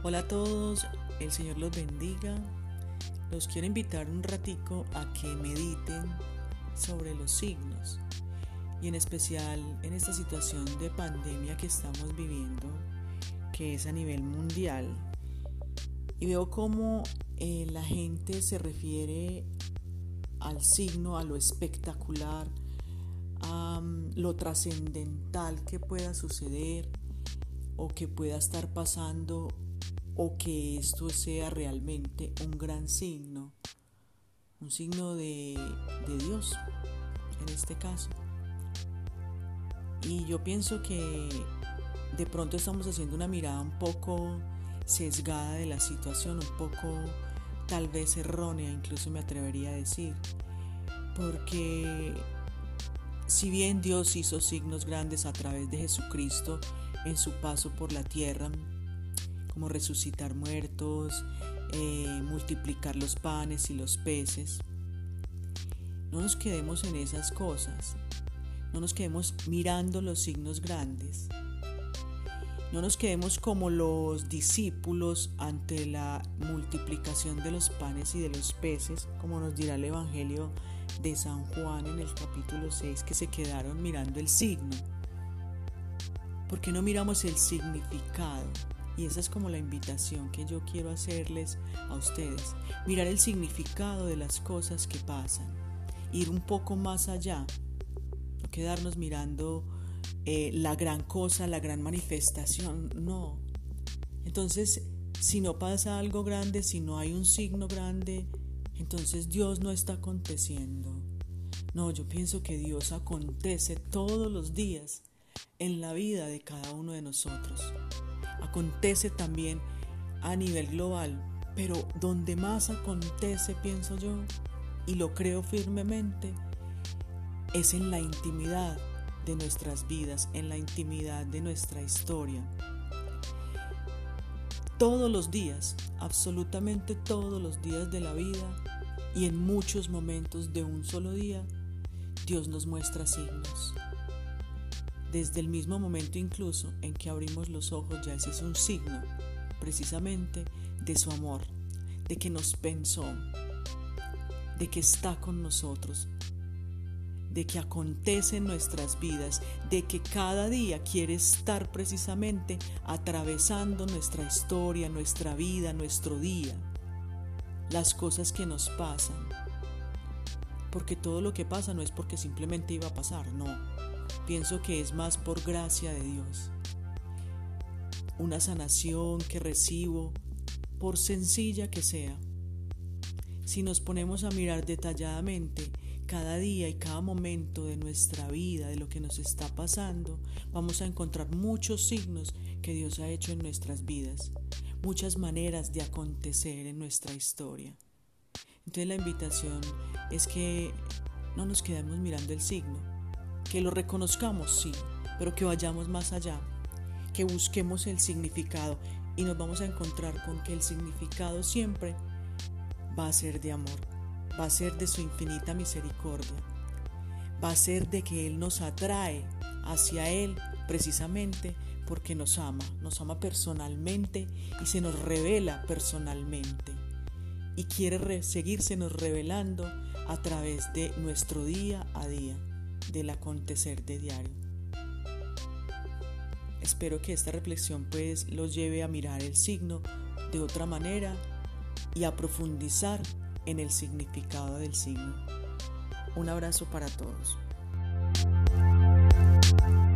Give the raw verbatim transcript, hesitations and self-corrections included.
Hola a todos, el Señor los bendiga. Los quiero invitar un ratico a que mediten sobre los signos y en especial en esta situación de pandemia que estamos viviendo, que es a nivel mundial. Y veo cómo eh, la gente se refiere al signo, a lo espectacular, a um, lo trascendental que pueda suceder o que pueda estar pasando, o que esto sea realmente un gran signo, un signo de, de Dios en este caso. Y yo pienso que de pronto estamos haciendo una mirada un poco sesgada de la situación, un poco tal vez errónea, incluso me atrevería a decir, porque si bien Dios hizo signos grandes a través de Jesucristo en su paso por la tierra, como resucitar muertos, eh, multiplicar los panes y los peces, no nos quedemos en esas cosas, no nos quedemos mirando los signos grandes, no nos quedemos como los discípulos ante la multiplicación de los panes y de los peces, como nos dirá el Evangelio de San Juan en el capítulo seis, que se quedaron mirando el signo. ¿Por qué no miramos el significado? Y esa es como la invitación que yo quiero hacerles a ustedes. Mirar el significado de las cosas que pasan. Ir un poco más allá. No quedarnos mirando eh, la gran cosa, la gran manifestación. No. Entonces, si no pasa algo grande, si no hay un signo grande, entonces Dios no está aconteciendo. No, yo pienso que Dios acontece todos los días en la vida de cada uno de nosotros. Acontece también a nivel global, pero donde más acontece, pienso yo, y lo creo firmemente, es en la intimidad de nuestras vidas, en la intimidad de nuestra historia. Todos los días, absolutamente todos los días de la vida y en muchos momentos de un solo día, Dios nos muestra signos. Desde el mismo momento incluso en que abrimos los ojos, ya ese es un signo precisamente de su amor, de que nos pensó, de que está con nosotros, de que acontece en nuestras vidas, de que cada día quiere estar precisamente atravesando nuestra historia, nuestra vida, nuestro día, las cosas que nos pasan. Porque todo lo que pasa no es porque simplemente iba a pasar, no. Pienso que es más por gracia de Dios. Una sanación que recibo, por sencilla que sea. Si nos ponemos a mirar detalladamente cada día y cada momento de nuestra vida, de lo que nos está pasando, vamos a encontrar muchos signos que Dios ha hecho en nuestras vidas, muchas maneras de acontecer en nuestra historia. Entonces la invitación es que no nos quedemos mirando el signo, que lo reconozcamos, sí, pero que vayamos más allá, que busquemos el significado y nos vamos a encontrar con que el significado siempre va a ser de amor, va a ser de su infinita misericordia, va a ser de que Él nos atrae hacia Él precisamente porque nos ama, nos ama personalmente y se nos revela personalmente y quiere re- seguírsenos revelando a través de nuestro día a día, del acontecer de diario. Espero que esta reflexión pues los lleve a mirar el signo de otra manera y a profundizar en el significado del signo. Un abrazo para todos.